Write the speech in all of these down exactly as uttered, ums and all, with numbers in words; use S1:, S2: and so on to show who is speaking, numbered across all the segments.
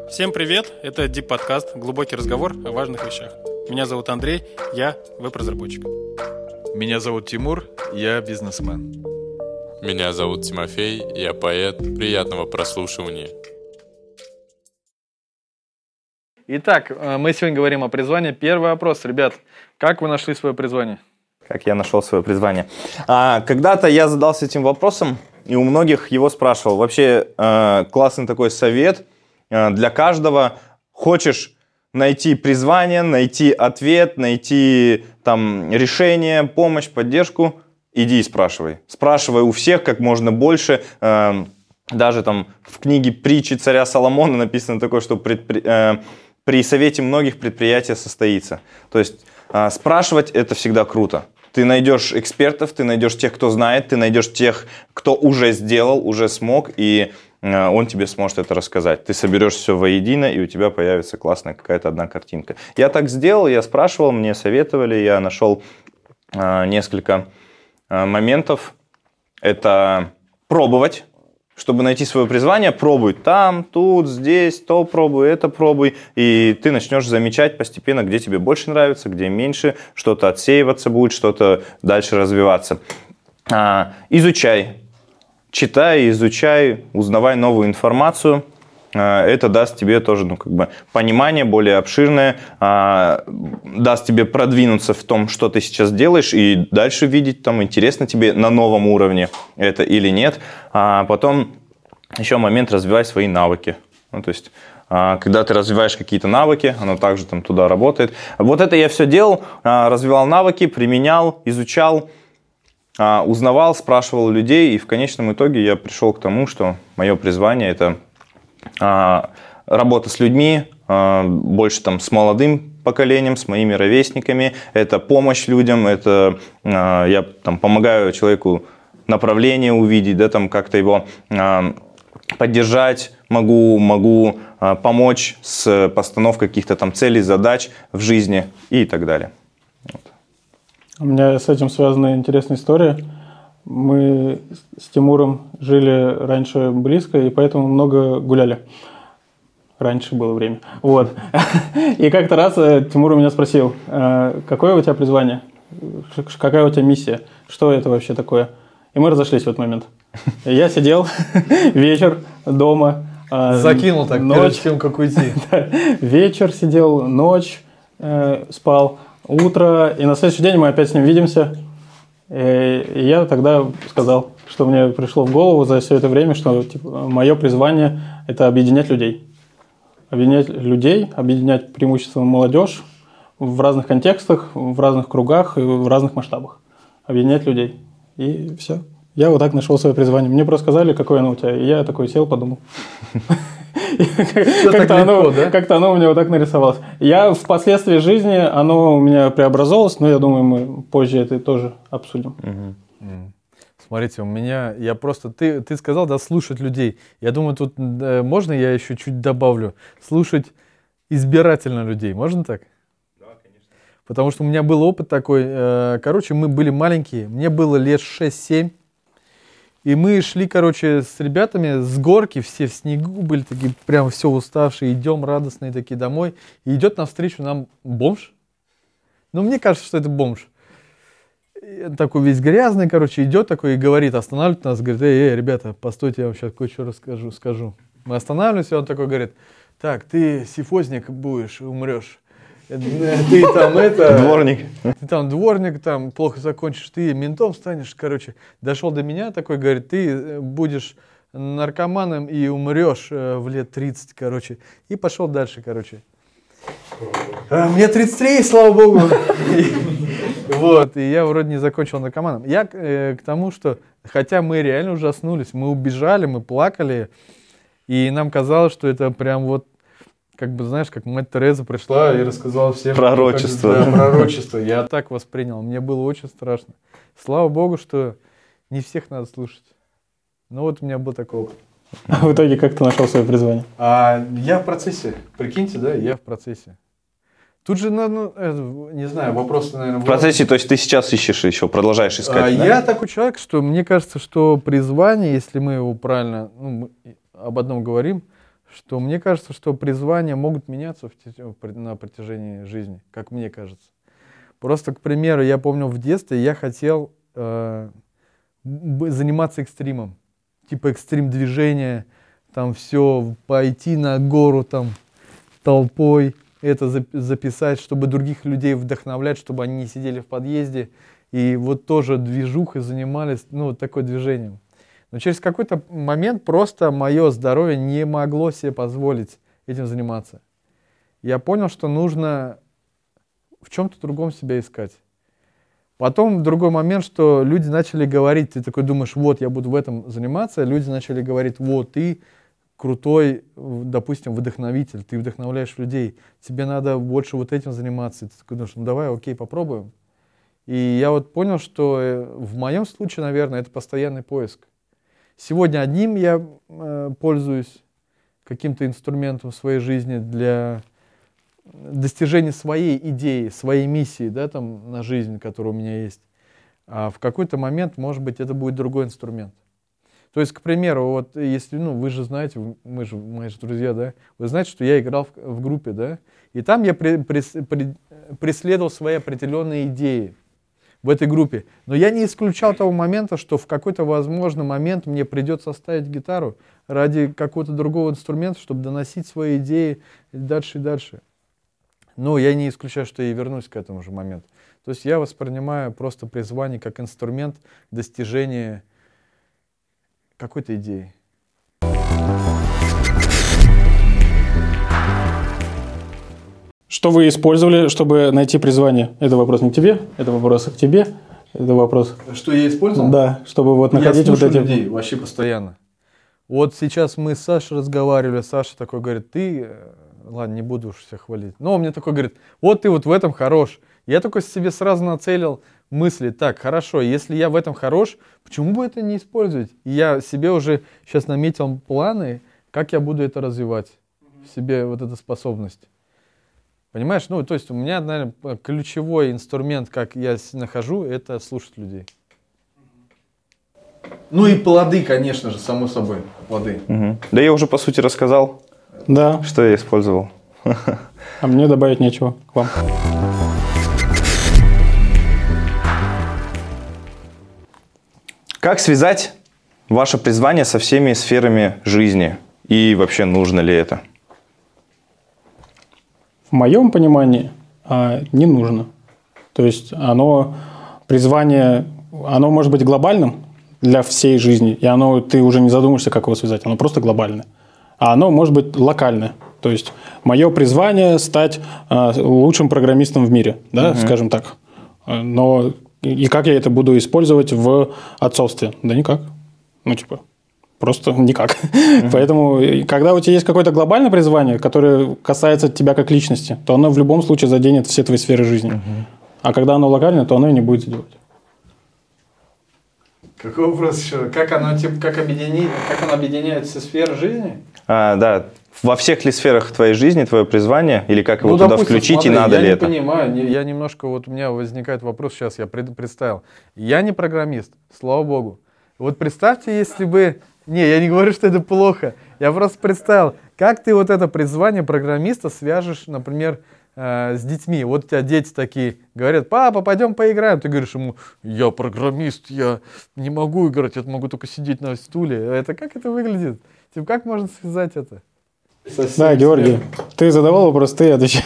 S1: Всем привет! Это Deep Podcast, глубокий разговор о важных вещах. Меня зовут Андрей, я веб-разработчик.
S2: Меня зовут Тимур, я бизнесмен.
S3: Меня зовут Тимофей, я поэт. Приятного прослушивания.
S4: Итак, мы сегодня говорим о призвании. Первый вопрос, ребят. Как вы нашли свое призвание?
S5: Как я нашел свое призвание? А, когда-то я задался этим вопросом, и у многих его спрашивал. Вообще, э, классный такой совет э, для каждого. Хочешь найти призвание, найти ответ, найти там решение, помощь, поддержку, иди и спрашивай. Спрашивай у всех как можно больше. Э, даже там в книге «Притчи царя Соломона» написано такое, что предпри... э, при совете многих предприятие состоится. То есть э, спрашивать это всегда круто. Ты найдешь экспертов, ты найдешь тех, кто знает, ты найдешь тех, кто уже сделал, уже смог, и э, он тебе сможет это рассказать. Ты соберешь все воедино, и у тебя появится классная какая-то одна картинка. Я так сделал, я спрашивал, мне советовали, я нашел э, несколько э, моментов. Это пробовать. Чтобы найти свое призвание, пробуй там, тут, здесь, то пробуй, это пробуй. И ты начнешь замечать постепенно, где тебе больше нравится, где меньше. Что-то отсеиваться будет, что-то дальше развиваться. А, изучай. Читай, изучай, узнавай новую информацию. А, это даст тебе тоже ну, как бы понимание более обширное. А, даст тебе продвинуться в том, что ты сейчас делаешь. И дальше видеть, там, интересно тебе на новом уровне это или нет. А потом еще момент развивай свои навыки. Ну, то есть, а, когда ты развиваешь какие-то навыки, оно также там туда работает. Вот это я все делал, а, развивал навыки, применял, изучал, а, узнавал, спрашивал людей. И в конечном итоге я пришел к тому, что мое призвание – это а, работа с людьми, а, больше там с молодым поколением, с моими ровесниками. Это помощь людям, это а, я там помогаю человеку направление увидеть, да, там как-то его а, поддержать, могу, могу а, помочь с постановкой каких-то там целей, задач в жизни и так далее. Вот.
S6: У меня с этим связана интересная история. Мы с Тимуром жили раньше близко, и поэтому много гуляли. Раньше было время. Вот. И как-то раз Тимур у меня спросил, какое у тебя призвание? Какая у тебя миссия? Что это вообще такое? И мы разошлись в этот момент. Я сидел вечер дома.
S4: Закинул так,
S6: ночь,
S4: перед тем, как уйти.
S6: Вечер сидел, ночь э, спал, утро. И на следующий день мы опять с ним видимся. И я тогда сказал, что мне пришло в голову за все это время, что типа, мое призвание – это объединять людей. Объединять людей, объединять преимущественно молодежь в разных контекстах, в разных кругах и в разных масштабах. Объединять людей. И все. Я вот так нашел свое призвание. Мне просто сказали, какое оно у тебя. И я такой сел, подумал. Как-то оно у меня вот так нарисовалось. Я впоследствии жизни, оно у меня преобразовалось, но я думаю, мы позже это тоже обсудим.
S4: Смотрите, у меня, я просто, ты, ты сказал, да, слушать людей. Я думаю, тут э, можно я еще чуть добавлю? Слушать избирательно людей. Можно так? Да, конечно. Потому что у меня был опыт такой. Э, короче, мы были маленькие. Мне было лет шесть-семь. И мы шли, короче, с ребятами с горки. Все в снегу были такие, прям все уставшие. Идем радостные такие домой. И идет навстречу нам бомж. Ну, мне кажется, что это бомж. Такой весь грязный, короче, идет такой и говорит, останавливает нас, говорит, эй, эй, ребята, постойте, я вам сейчас кое-что расскажу, скажу. Мы останавливаемся, и он такой говорит, так, ты сифозник будешь, умрешь. Ты там это...
S5: Дворник.
S4: Ты там дворник, там плохо закончишь, ты ментом станешь, короче. Дошел до меня такой, говорит, ты будешь наркоманом и умрешь в лет тридцать, короче. И пошел дальше, короче. Мне тридцать три, слава богу. Вот, и я вроде не закончил наркоманом. Я э, к тому, что, хотя мы реально ужаснулись, мы убежали, мы плакали, и нам казалось, что это прям вот, как бы, знаешь, как мать Тереза пришла и рассказала всем.
S5: Пророчество.
S4: Как, да, пророчество. Я так воспринял, мне было очень страшно. Слава богу, что не всех надо слушать. Но вот у меня был такой опыт.
S6: А в итоге как ты нашел свое призвание?
S4: А, я в процессе. Прикиньте, да, я в процессе. Тут же, ну, не знаю, вопрос, наверное...
S5: В процессе, то есть ты сейчас ищешь еще, продолжаешь искать,
S4: а,
S5: да?
S4: Я такой человек, что мне кажется, что призвание, если мы его правильно, ну, мы об одном говорим, что мне кажется, что призвания могут меняться в те- в- на протяжении жизни, как мне кажется. Просто, к примеру, я помню в детстве я хотел э, б- заниматься экстримом, типа экстрим движения, там все, пойти на гору там толпой, это зап- записать, чтобы других людей вдохновлять, чтобы они не сидели в подъезде и вот тоже движухой занимались, ну, вот такое движением. Но через какой-то момент просто мое здоровье не могло себе позволить этим заниматься. Я понял, что нужно в чем-то другом себя искать. Потом другой момент, что люди начали говорить, ты такой думаешь, вот, я буду в этом заниматься, люди начали говорить, вот, ты крутой, допустим, вдохновитель, ты вдохновляешь людей, тебе надо больше вот этим заниматься. И ты такой думаешь, ну давай, окей, попробуем. И я вот понял, что в моем случае, наверное, это постоянный поиск. Сегодня одним я э, пользуюсь каким-то инструментом в своей жизни для достижения своей идеи, своей миссии, да, там, на жизнь, которая у меня есть. А в какой-то момент, может быть, это будет другой инструмент. То есть, к примеру, вот если, ну, вы же знаете, мы же, мои же друзья, да, вы знаете, что я играл в, в группе, да, и там я при, при, при, преследовал свои определенные идеи в этой группе. Но я не исключал того момента, что в какой-то возможный момент мне придется оставить гитару ради какого-то другого инструмента, чтобы доносить свои идеи дальше и дальше. Но я не исключаю, что я и вернусь к этому же моменту. То есть я воспринимаю просто призвание как инструмент достижения какой-то идеи.
S6: Что вы использовали, чтобы найти призвание? Это вопрос не к тебе, это вопрос к тебе. Это вопрос...
S4: Что я использовал?
S6: Да, чтобы вот находить
S4: я
S6: вот эти...
S4: людей вообще постоянно. Вот сейчас мы с Сашей разговаривали, Саша такой говорит, ты... Ладно, не буду уж всех хвалить. Но он мне такой говорит, вот ты вот в этом хорош. Я такой себе сразу нацелил мысли, так, хорошо, если я в этом хорош, почему бы это не использовать? И я себе уже сейчас наметил планы, как я буду это развивать, в себе вот эту способность. Понимаешь? Ну, то есть у меня, наверное, ключевой инструмент, как я нахожу, это слушать людей. Ну и плоды, конечно же, само собой, плоды.
S5: Угу. Да я уже, по сути, рассказал,
S6: Да.
S5: что я использовал.
S6: А мне добавить нечего к вам.
S5: Как связать ваше призвание со всеми сферами жизни? И вообще нужно ли это?
S6: В моем понимании а, не нужно. То есть оно, призвание, оно может быть глобальным для всей жизни, и оно, ты уже не задумаешься, как его связать, оно просто глобальное. А оно может быть локальное. То есть мое призвание стать а, лучшим программистом в мире, да, uh-huh. скажем так. Но и как я это буду использовать в отцовстве? Да никак. Ну, типа, просто никак. Uh-huh. Поэтому, когда у тебя есть какое-то глобальное призвание, которое касается тебя как личности, то оно в любом случае заденет все твои сферы жизни. Uh-huh. А когда оно локальное, то оно и не будет задевать.
S4: Какой вопрос еще? Как оно, типа, как, объедини... как оно объединяет все сферы жизни?
S5: А, да. Во всех ли сферах твоей жизни твое призвание? Или как его ну, туда допустим, включить, смотри, и надо
S4: ли
S5: это?
S4: Я не понимаю. Я немножко, вот у меня возникает вопрос, сейчас я представил. Я не программист, слава богу. Вот представьте, если бы... Не, я не говорю, что это плохо. Я просто представил, как ты вот это призвание программиста свяжешь, например, э, с детьми. Вот у тебя дети такие говорят, папа, пойдем поиграем. Ты говоришь ему, я программист, я не могу играть, я могу только сидеть на стуле. Это как это выглядит? Типа, как можно связать это?
S6: Совсем да, Георгий, ты задавал вопрос, ты отвечай.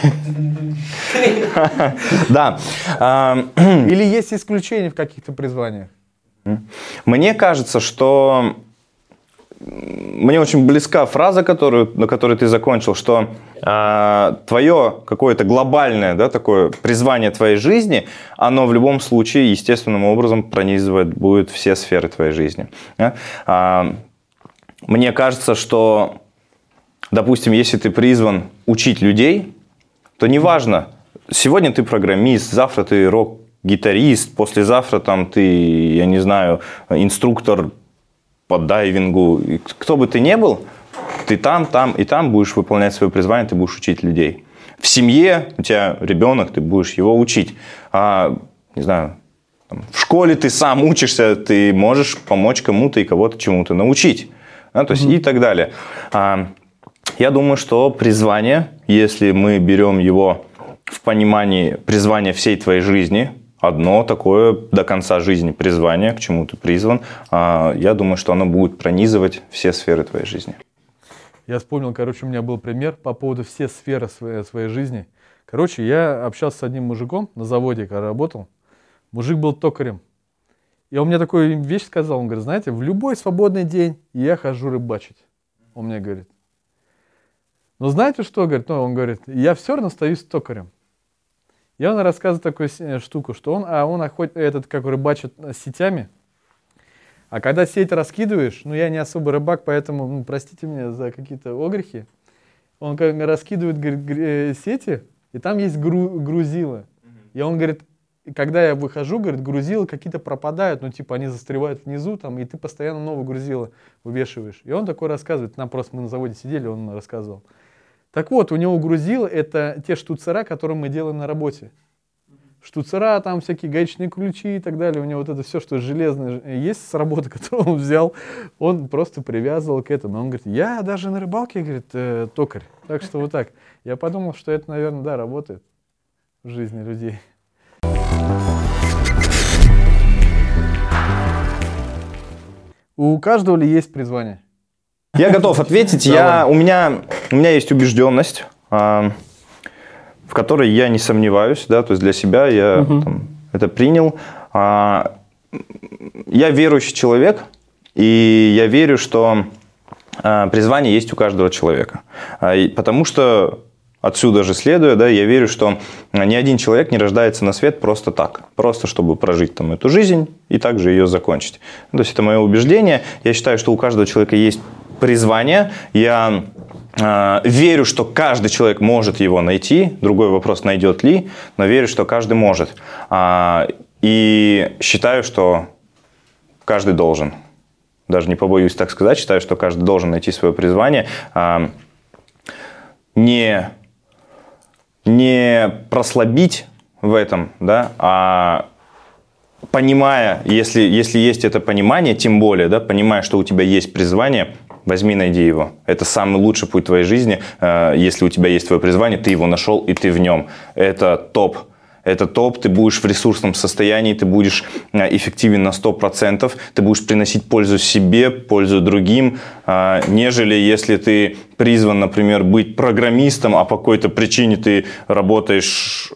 S5: Да.
S4: Или есть исключения в каких-то призваниях?
S5: Мне кажется, что мне очень близка фраза, которую, на которой ты закончил, что э, твое какое-то глобальное, да, такое призвание твоей жизни, оно в любом случае естественным образом пронизывает будет все сферы твоей жизни. Да? Э, мне кажется, что допустим, если ты призван учить людей, то неважно, сегодня ты программист, завтра ты рок-гитарист, послезавтра там ты, я не знаю, инструктор по дайвингу. Кто бы ты ни был, ты там, там и там будешь выполнять свое призвание, ты будешь учить людей. В семье у тебя ребенок, ты будешь его учить. А, не знаю, там, в школе ты сам учишься, ты можешь помочь кому-то и кого-то чему-то научить. Да, то есть mm-hmm. и так далее. А, Я думаю, что призвание, если мы берем его в понимании призвания всей твоей жизни, одно такое до конца жизни призвание, к чему ты призван, я думаю, что оно будет пронизывать все сферы твоей жизни.
S4: Я вспомнил, короче, у меня был пример по поводу всех сфер своей, своей жизни. Короче, я общался с одним мужиком на заводе, когда работал. Мужик был токарем. И он мне такую вещь сказал. Он говорит, знаете, в любой свободный день я хожу рыбачить. Он мне говорит. Но знаете что? Говорит, ну, он говорит, я все равно остаюсь токарем. И он рассказывает такую штуку, что он, а он охот, этот, как рыбачит сетями. А когда сеть раскидываешь, ну я не особо рыбак, поэтому, ну, простите меня за какие-то огрехи. Он как раскидывает, говорит, сети, и там есть гру, грузила. И он говорит, когда я выхожу, говорит, грузила какие-то пропадают, ну типа они застревают внизу, там, и ты постоянно новые грузила вывешиваешь. И он такой рассказывает, нам просто мы на заводе сидели, он рассказывал. Так вот, у него грузила это те штуцера, которые мы делаем на работе. Штуцера, там всякие гаечные ключи и так далее. У него вот это все, что железное есть с работы, которую он взял, он просто привязывал к этому. Он говорит, я даже на рыбалке, говорит, э, токарь. Так что вот так. Я подумал, что это, наверное, да, работает в жизни людей. У каждого ли есть призвание?
S5: Я готов ответить. Я, у, меня, у меня есть убежденность, а, в которой я не сомневаюсь, да, то есть для себя я угу. там, это принял. А, я верующий человек, и я верю, что а, призвание есть у каждого человека. А, и, потому что отсюда же следуя, да, я верю, что ни один человек не рождается на свет просто так, просто чтобы прожить там эту жизнь и также ее закончить. То есть это мое убеждение. Я считаю, что у каждого человека есть призвание. Я э, верю, что каждый человек может его найти. Другой вопрос, найдет ли, но верю, что каждый может. А, и считаю, что каждый должен. Даже не побоюсь так сказать, считаю, что каждый должен найти свое призвание. А, не, не прослабить в этом, да, а понимая, если, если есть это понимание, тем более, да, понимая, что у тебя есть призвание, возьми, найди его. Это самый лучший путь твоей жизни. Если у тебя есть твое призвание, ты его нашел, и ты в нем. Это топ. Это топ. Ты будешь в ресурсном состоянии, ты будешь эффективен на сто процентов, ты будешь приносить пользу себе, пользу другим, нежели если ты призван, например, быть программистом, а по какой-то причине ты работаешь...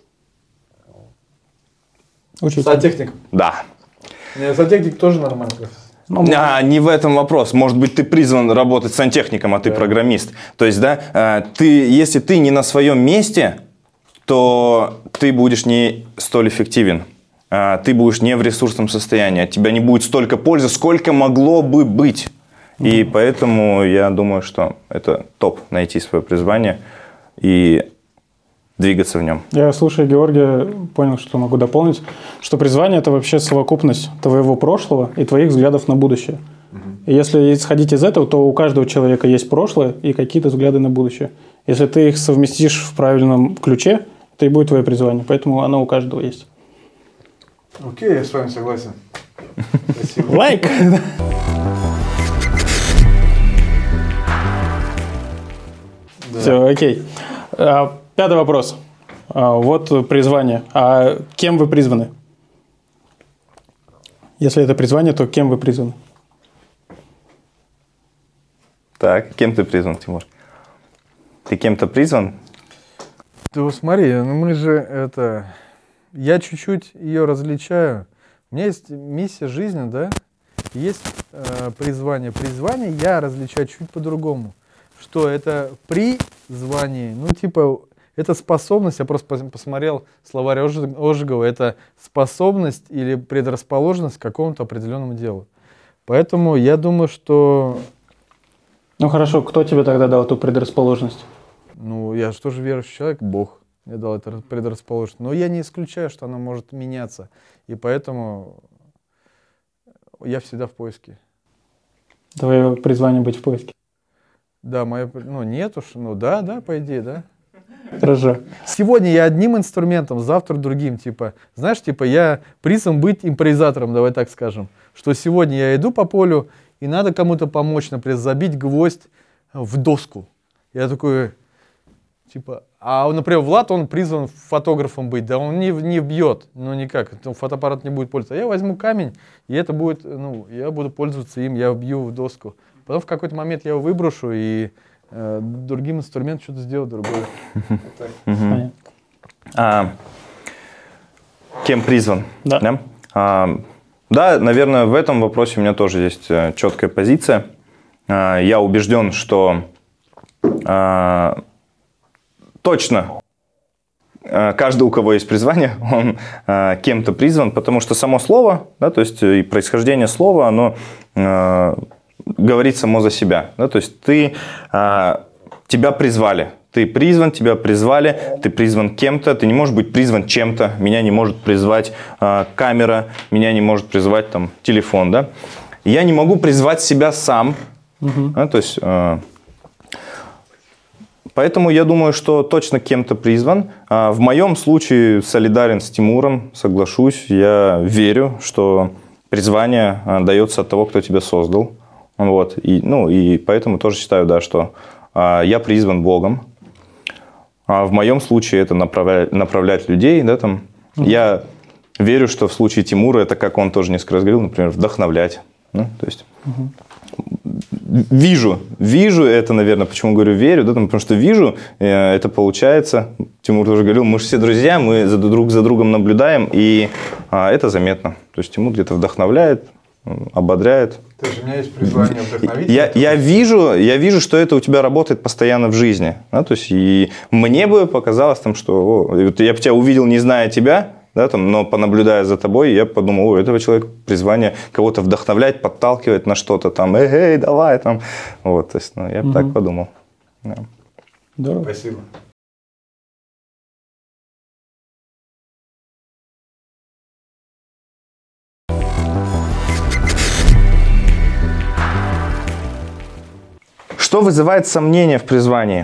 S6: Учитель.
S4: Сантехник.
S5: Да.
S4: Сантехник тоже нормально.
S5: Ну, а, не в этом вопрос. Может быть, ты призван работать сантехником, а ты да. программист. То есть, да, ты, если ты не на своем месте, то ты будешь не столь эффективен. Ты будешь не в ресурсном состоянии. От тебя не будет столько пользы, сколько могло бы быть. Mm-hmm. И поэтому я думаю, что это топ найти свое призвание и двигаться в нем.
S6: Я, слушая Георгия, понял, что могу дополнить, что призвание – это вообще совокупность твоего прошлого и твоих взглядов на будущее. Угу. И если исходить из этого, то у каждого человека есть прошлое и какие-то взгляды на будущее. Если ты их совместишь в правильном ключе, то и будет твое призвание. Поэтому оно у каждого есть.
S4: Окей, я с вами согласен. Спасибо.
S6: Лайк! Все, окей. Пятый вопрос. Вот призвание. А кем вы призваны? Если это призвание, то кем вы призваны?
S5: Так, кем ты призван, Тимур? Ты кем-то призван?
S4: Ты смотри, ну мы же это... Я чуть-чуть ее различаю. У меня есть миссия жизни, да? Есть э, призвание. Призвание я различаю чуть по-другому. Что это призвание? Ну, типа... Это способность, я просто посмотрел словарь Ожегова, это способность или предрасположенность к какому-то определенному делу. Поэтому я думаю, что...
S6: Ну хорошо, кто тебе тогда дал эту предрасположенность?
S4: Ну, я же тоже верующий человек, Бог мне дал эту предрасположенность. Но я не исключаю, что она может меняться. И поэтому я всегда в поиске.
S6: Твое призвание быть в поиске?
S4: Да, мое... Ну, нет уж, ну да, да, по идее, да.
S6: Хорошо.
S4: Сегодня я одним инструментом, завтра другим. Типа, знаешь, типа я призван быть импровизатором, давай так скажем. Что сегодня я иду по полю, и надо кому-то помочь, например, забить гвоздь в доску. Я такой, типа, а, например, Влад, он призван фотографом быть, да он не, не бьет, ну никак, фотоаппарат не будет пользоваться. Я возьму камень, и это будет, ну, я буду пользоваться им, я бью в доску. Потом в какой-то момент я его выброшу и э, другим инструментом что-то сделаю другое.
S5: А, кем призван?
S6: Да.
S5: Да? А, да, наверное, в этом вопросе у меня тоже есть четкая позиция. А, я убежден, что а, точно каждый, у кого есть призвание, он а, кем-то призван, потому что само слово, да, то есть и происхождение слова, оно а, говорит само за себя. Да, то есть ты, а, тебя призвали. Ты призван, тебя призвали, ты призван кем-то, ты не можешь быть призван чем-то, меня не может призвать э, камера, меня не может призвать там, телефон. Да? Я не могу призвать себя сам. Uh-huh. Да, то есть, э, поэтому я думаю, что точно кем-то призван. А в моем случае солидарен с Тимуром, соглашусь. Я верю, что призвание э, дается от того, кто тебя создал. Вот. И, ну, и поэтому тоже считаю, да, что э, я призван Богом. А в моем случае это направлять, направлять людей, да, там. Mm-hmm. Я верю, что в случае Тимура это, как он тоже несколько раз говорил, например, вдохновлять. Ну, то есть mm-hmm. вижу, вижу это, наверное, почему говорю верю, да, там, потому что вижу, э, это получается. Тимур тоже говорил, мы же все друзья, мы за, друг за другом наблюдаем, и э, это заметно. То есть Тимур где-то вдохновляет, ободряет.
S4: То есть у меня есть призвание вдохновить.
S5: Я, я, вижу, я вижу, что это у тебя работает постоянно в жизни. Да? То есть и мне бы показалось, там, что о, я бы тебя увидел, не зная тебя, да, там, но понаблюдая за тобой, я подумал, о, этого человека призвание кого-то вдохновлять, подталкивать на что-то там, эй, эй, давай там. Вот, то есть, ну, я бы угу. так подумал. Да.
S6: Да.
S4: Спасибо.
S5: Что вызывает сомнения в призвании?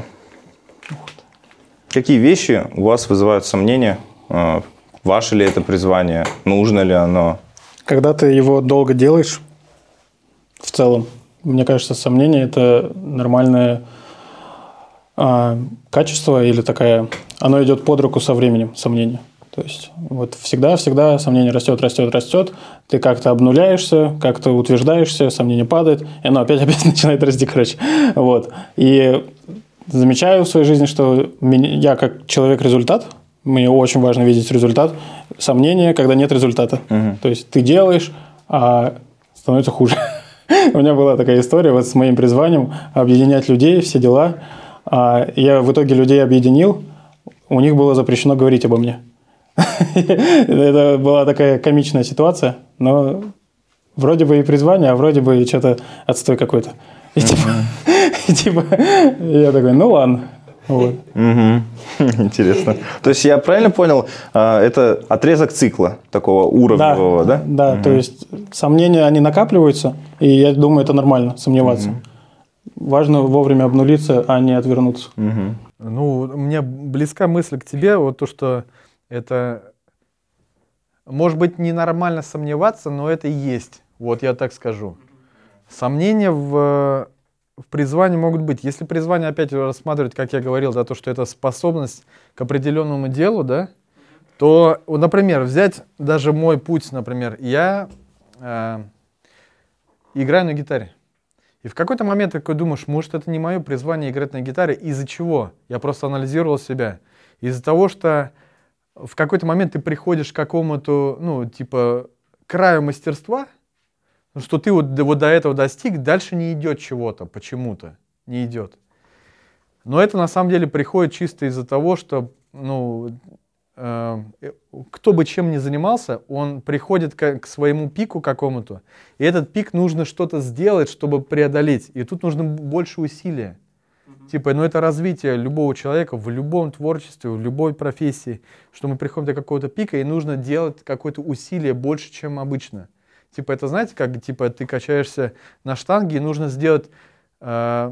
S5: Какие вещи у вас вызывают сомнения? Ваше ли это призвание? Нужно ли оно?
S6: Когда ты его долго делаешь, в целом, мне кажется, сомнение – это нормальное а, качество или такая… Оно идет под руку со временем, сомнение. То есть вот всегда-всегда сомнение растет, растет, растет, ты как-то обнуляешься, как-то утверждаешься, сомнение падает, и оно опять-опять начинает расти, короче. Вот. И замечаю в своей жизни, что я как человек-результат, мне очень важно видеть результат, сомнение, когда нет результата. Угу. То есть ты делаешь, а становится хуже. У меня была такая история вот с моим призванием объединять людей, все дела. Я в итоге людей объединил, у них было запрещено говорить обо мне. Это была такая комичная ситуация, но вроде бы и призвание, а вроде бы и что-то отстой какой-то. И типа, и типа я такой, ну ладно. Вот.
S5: Интересно. То есть я правильно понял, это отрезок цикла такого уровневого, да?
S6: Да, да угу. То есть сомнения, они накапливаются, и я думаю, это нормально, сомневаться. Угу. Важно вовремя обнулиться, а не отвернуться.
S4: Угу. Ну, у меня близка мысль к тебе, вот то, что это, может быть, ненормально сомневаться, но это и есть. Вот я так скажу. Сомнения в, в призвании могут быть. Если призвание опять рассматривать, как я говорил, да, то, что это способность к определенному делу, да, то, вот, например, взять даже мой путь, например, я э, играю на гитаре. И в какой-то момент ты такой думаешь, может, это не мое призвание играть на гитаре. Из-за чего? Я просто анализировал себя. Из-за того, что в какой-то момент ты приходишь к какому-то, ну, типа, краю мастерства, что ты вот, вот до этого достиг, дальше не идет чего-то, почему-то не идет. Но это на самом деле приходит чисто из-за того, что, ну, э, кто бы чем ни занимался, он приходит к, к своему пику какому-то, и этот пик нужно что-то сделать, чтобы преодолеть, и тут нужно больше усилия. Типа, ну это развитие любого человека в любом творчестве, в любой профессии, что мы приходим до какого-то пика, и нужно делать какое-то усилие больше, чем обычно. Типа, это знаете, как типа ты качаешься на штанге, и нужно сделать э,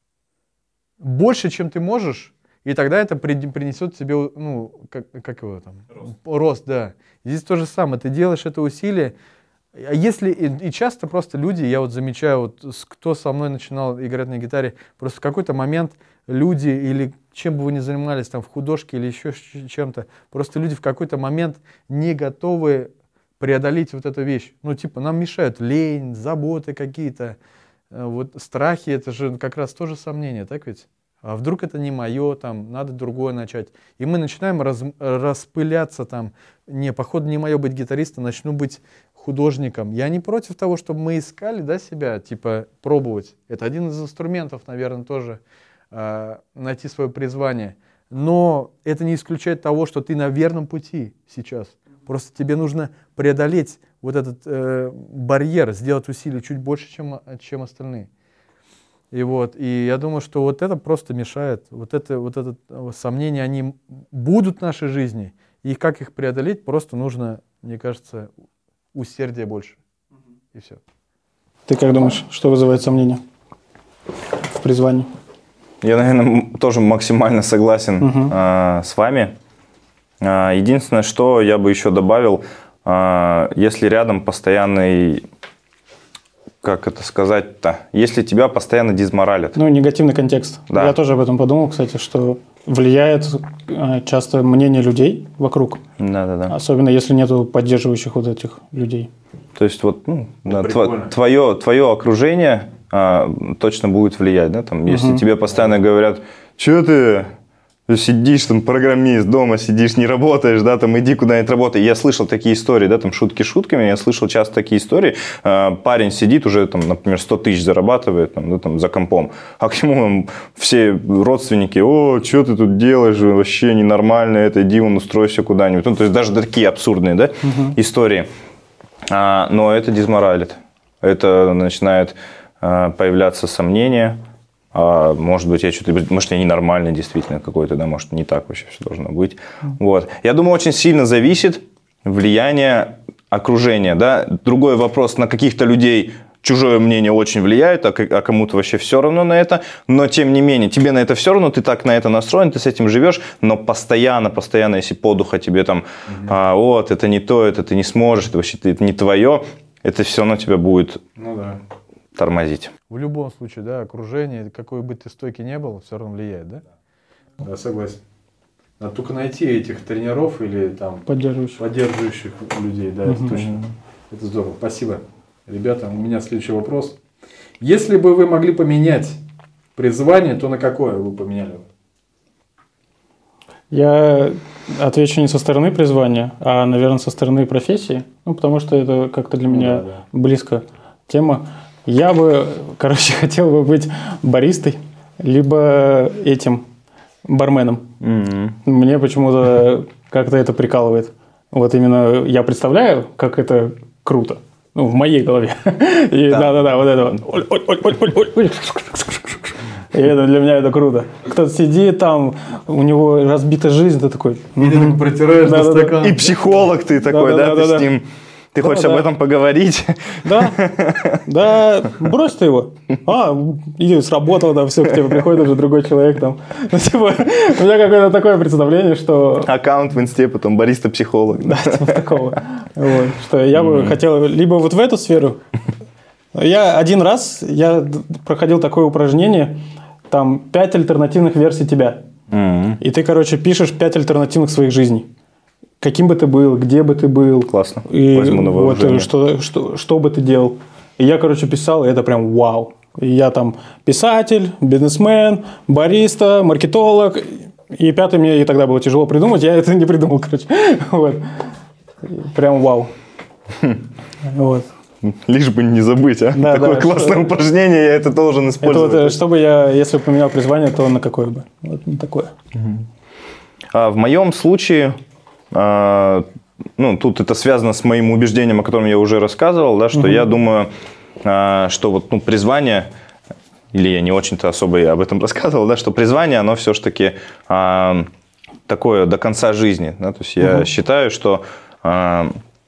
S4: больше, чем ты можешь, и тогда это при, принесет тебе, ну, как, как его там? Рост. Рост, да. Здесь то же самое, ты делаешь это усилие. А если, и, и часто просто люди, я вот замечаю, вот, кто со мной начинал играть на гитаре, просто в какой-то момент люди или чем бы вы ни занимались, там, в художке или еще чем-то, просто люди в какой-то момент не готовы преодолеть вот эту вещь. Ну, типа, нам мешают лень, заботы какие-то, вот страхи, это же как раз тоже сомнения, так ведь? А вдруг это не мое, там, надо другое начать. И мы начинаем раз, распыляться там, не, походу не мое быть гитаристом, начну быть художником. Я не против того, чтобы мы искали, да, себя, типа, пробовать. Это один из инструментов, наверное, тоже э, найти свое призвание. Но это не исключает того, что ты на верном пути сейчас. Просто тебе нужно преодолеть вот этот э, барьер, сделать усилия чуть больше, чем, чем остальные. И вот, и я думаю, что вот это просто мешает. Вот это, вот это сомнения, они будут в нашей жизни. И как их преодолеть, просто нужно, мне кажется, усердие больше. И все.
S6: Ты как думаешь, что вызывает сомнения в призвании?
S5: Я, наверное, тоже максимально согласен
S6: Угу.
S5: э, с вами. Э, единственное, что я бы еще добавил, э, если рядом постоянный, как это сказать-то, если тебя постоянно дизморалят.
S6: Ну, негативный контекст.
S5: Да.
S6: Я тоже об этом подумал, кстати, что влияет э, часто мнение людей вокруг.
S5: Да-да-да.
S6: Особенно если нету поддерживающих вот этих людей.
S5: То есть вот ну, да,
S4: прикольно.
S5: твое, твое окружение а, точно будет влиять. Да? Там, если
S6: Мгм.
S5: тебе постоянно говорят, что ты сидишь, там, программист, дома сидишь, не работаешь, да, там, иди куда-нибудь работай. Я слышал такие истории, да, там, шутки шутками, я слышал часто такие истории. А, парень сидит уже, там, например, сто тысяч зарабатывает там, да, там, за компом, а к нему там, все родственники, о, что ты тут делаешь, вообще ненормально это, иди вон устройся куда-нибудь. Ну, то есть даже такие абсурдные, да,
S6: Мгм.
S5: истории. А, но это дизморалит. Это начинает а, появляться сомнения. А, может быть, я что-то, может, я ненормальный действительно какой-то, да, может, не так вообще все должно быть. Вот. Я думаю, очень сильно зависит влияние окружения. Да? Другой вопрос, на каких-то людей чужое мнение очень влияет, а кому-то вообще все равно на это. Но, тем не менее, тебе на это все равно, ты так на это настроен, ты с этим живешь, но постоянно, постоянно, если подуха тебе там, угу. а, вот, это не то, это ты не сможешь, это вообще это не твое, это все равно тебя будет
S4: Ну да.
S5: тормозить.
S4: В любом случае, да, окружение, какой бы ты стойкий не был, все равно влияет, да? Да, согласен. Надо только найти этих тренеров или там
S6: Поддерживающих.
S4: поддерживающих людей, да, это точно. Это здорово. Спасибо. Ребята, у меня следующий вопрос. Если бы вы могли поменять призвание, то на какое вы поменяли бы?
S6: Я отвечу не со стороны призвания, а, наверное, со стороны профессии. Ну, потому что это как-то для
S4: Ну
S6: меня
S4: да, да.
S6: близко тема. Я бы, короче, хотел бы быть баристой, либо этим барменом.
S5: Mm-hmm.
S6: Мне почему-то как-то это прикалывает. Вот именно я представляю, как это круто. Ну, в моей голове. И да-да-да, вот это вот. Оль, оль, оль, оль, оль, оль, оль. И это для меня это круто. Кто-то сидит там, у него разбита жизнь, ты такой...
S4: И ты так протираешь
S6: Да,
S4: на
S6: да, да.
S4: стакан.
S5: И психолог ты такой,
S6: Да,
S5: да,
S6: да,
S5: ты
S6: да,
S5: с
S6: да.
S5: ним... Ты
S6: Да,
S5: хочешь
S6: да.
S5: об этом поговорить?
S6: Да, да, брось ты его. А, иди, сработало, да, все, к тебе приходит уже другой человек там. Ну, типа, у меня какое-то такое представление, что...
S5: Аккаунт в инсте, потом бариста-психолог. Да.
S6: Да, типа такого. Вот, что я бы хотел либо вот в эту сферу. Я один раз, я проходил такое упражнение, там пять альтернативных версий тебя.
S5: М-м.
S6: И ты, короче, пишешь пять альтернативных своих жизней. Каким бы ты был, где бы ты был.
S5: Классно.
S6: И
S5: Возьму на
S6: вот,
S5: вооружение.
S6: что, что, что бы ты делал. И я, короче, писал, и это прям вау. И я там писатель, бизнесмен, бариста, маркетолог. И пятый мне и тогда было тяжело придумать, я это не придумал, короче. Вот. Прям вау. Вот.
S5: Лишь бы не забыть, а?
S6: Да,
S5: Такое
S6: да,
S5: классное
S6: что-
S5: упражнение, я это должен
S6: Это
S5: использовать.
S6: вот, э, чтобы я, если бы поменял призвание, то на какое бы? Вот на такое.
S5: А в моем случае, а, ну, тут это связано с моим убеждением, о котором я уже рассказывал, да, что
S6: Мгм.
S5: я думаю, а, что вот, ну, призвание, или я не очень-то особо и об этом рассказывал, да, что призвание, оно все-таки а, такое до конца жизни. Да, то есть я
S6: Мгм.
S5: считаю, что... а,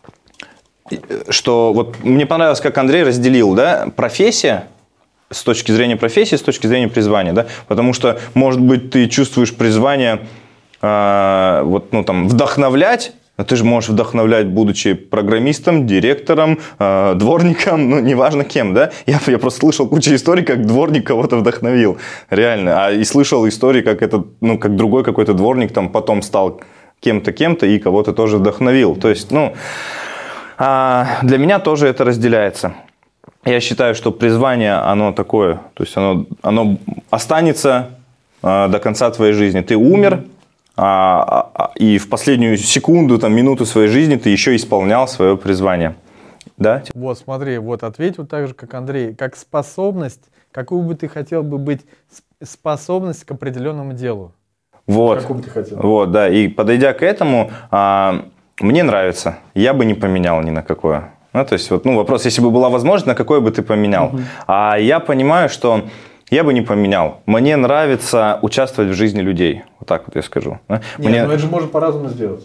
S5: что вот мне понравилось, как Андрей разделил, да, профессия с точки зрения профессии, с точки зрения призвания, да, потому что, может быть, ты чувствуешь призвание э, вот, ну, там, вдохновлять Но ты же можешь вдохновлять, будучи программистом, директором, э, дворником, ну, неважно кем, да? Я, я просто слышал кучу историй, как дворник кого-то вдохновил, реально. А и слышал истории, как этот, ну, как другой какой-то дворник там потом стал кем-то, кем-то и кого-то тоже вдохновил. То есть, ну, а для меня тоже это разделяется. Я считаю, что призвание, оно такое, то есть оно, оно останется э, до конца твоей жизни. Ты умер, а, а, и в последнюю секунду, там, минуту своей жизни ты еще исполнял свое призвание. Да?
S4: Вот, смотри, вот ответь вот так же, как Андрей, как способность, какую бы ты хотел бы быть, способность к определенному делу.
S5: Вот,
S4: какую бы ты хотел?
S5: Вот, да, и подойдя к этому, а, мне нравится, я бы не поменял ни на какое. Ну, то есть, вот, ну, вопрос, если бы была возможность, на какое бы ты поменял. Uh-huh. А я понимаю, что я бы не поменял. Мне нравится участвовать в жизни людей. Вот так вот я скажу.
S4: Нет,
S5: Мне...
S4: но это же можно по-разному сделать.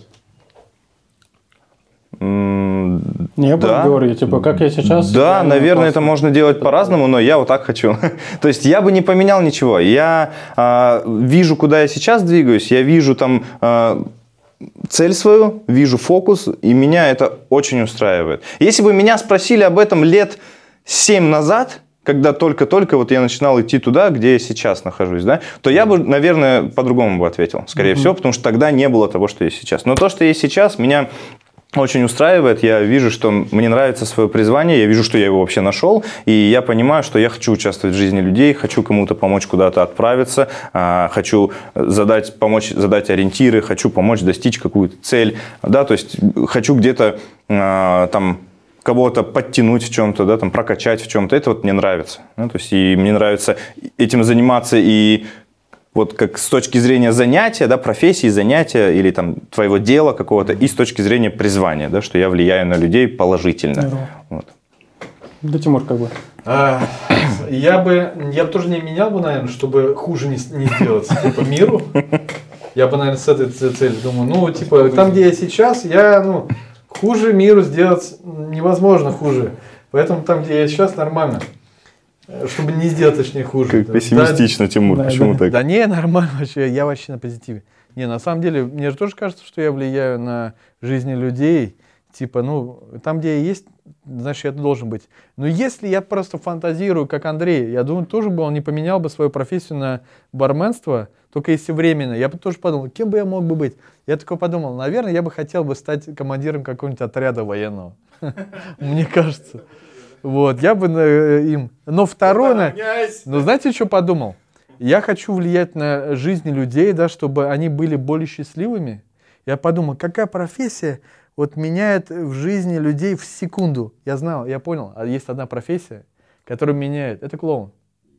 S5: М-
S6: Не,
S5: да.
S6: говорю, типа, как я сейчас.
S5: Да,
S6: я
S5: наверное,
S6: просто...
S5: это можно делать по-разному, но я вот так хочу. То есть я бы не поменял ничего. Я э, вижу, куда я сейчас двигаюсь, я вижу там... Э, цель свою, вижу фокус, и меня это очень устраивает. Если бы меня спросили об этом лет семь назад, когда только-только вот я начинал идти туда, где я сейчас нахожусь, да, то я бы, наверное, по-другому бы ответил, скорее mm-hmm. всего, потому что тогда не было того, что есть сейчас. Но то, что есть сейчас, меня очень устраивает. Я вижу, что мне нравится свое призвание, я вижу, что я его вообще нашел, и я понимаю, что я хочу участвовать в жизни людей, хочу кому-то помочь куда-то отправиться, хочу задать, помочь задать ориентиры, хочу помочь достичь какую-то цель, да, то есть хочу где-то там кого-то подтянуть в чем-то, да, там прокачать в чем-то. Это вот мне нравится. Да, то есть и мне нравится этим заниматься и вот как с точки зрения занятия, да, профессии, занятия или там твоего дела какого-то, и с точки зрения призвания, да, что я влияю на людей положительно. Вот.
S6: Да, Тимур, как бы.
S4: А, я бы, я бы тоже не менял бы, наверное, чтобы хуже не, не сделать, типа, миру. Я бы, наверное, с этой целью думаю, ну, типа, там, где я сейчас, я, ну, хуже миру сделать невозможно хуже. Поэтому там, где я сейчас, нормально. Чтобы не сделать, точнее, хуже.
S5: Как пессимистично, да, Тимур, да, почему
S4: да.
S5: так?
S4: Да не, нормально вообще, я вообще на позитиве. Не, на самом деле, мне же тоже кажется, что я влияю на жизни людей. Типа, ну, там, где я есть, значит, я должен быть. Но если я просто фантазирую, как Андрей, я думаю, тоже бы он не поменял бы свою профессию на барменство, только если временно. Я бы тоже подумал, кем бы я мог бы быть? Я такой подумал, наверное, я бы хотел бы стать командиром какого-нибудь отряда военного. Мне кажется. Вот, я бы им... Но второе... Но знаете, что подумал? Я хочу влиять на жизни людей, да, чтобы они были более счастливыми. Я подумал, какая профессия вот меняет в жизни людей в секунду. Я знал, я понял, а есть одна профессия, которая меняет. Это клоун.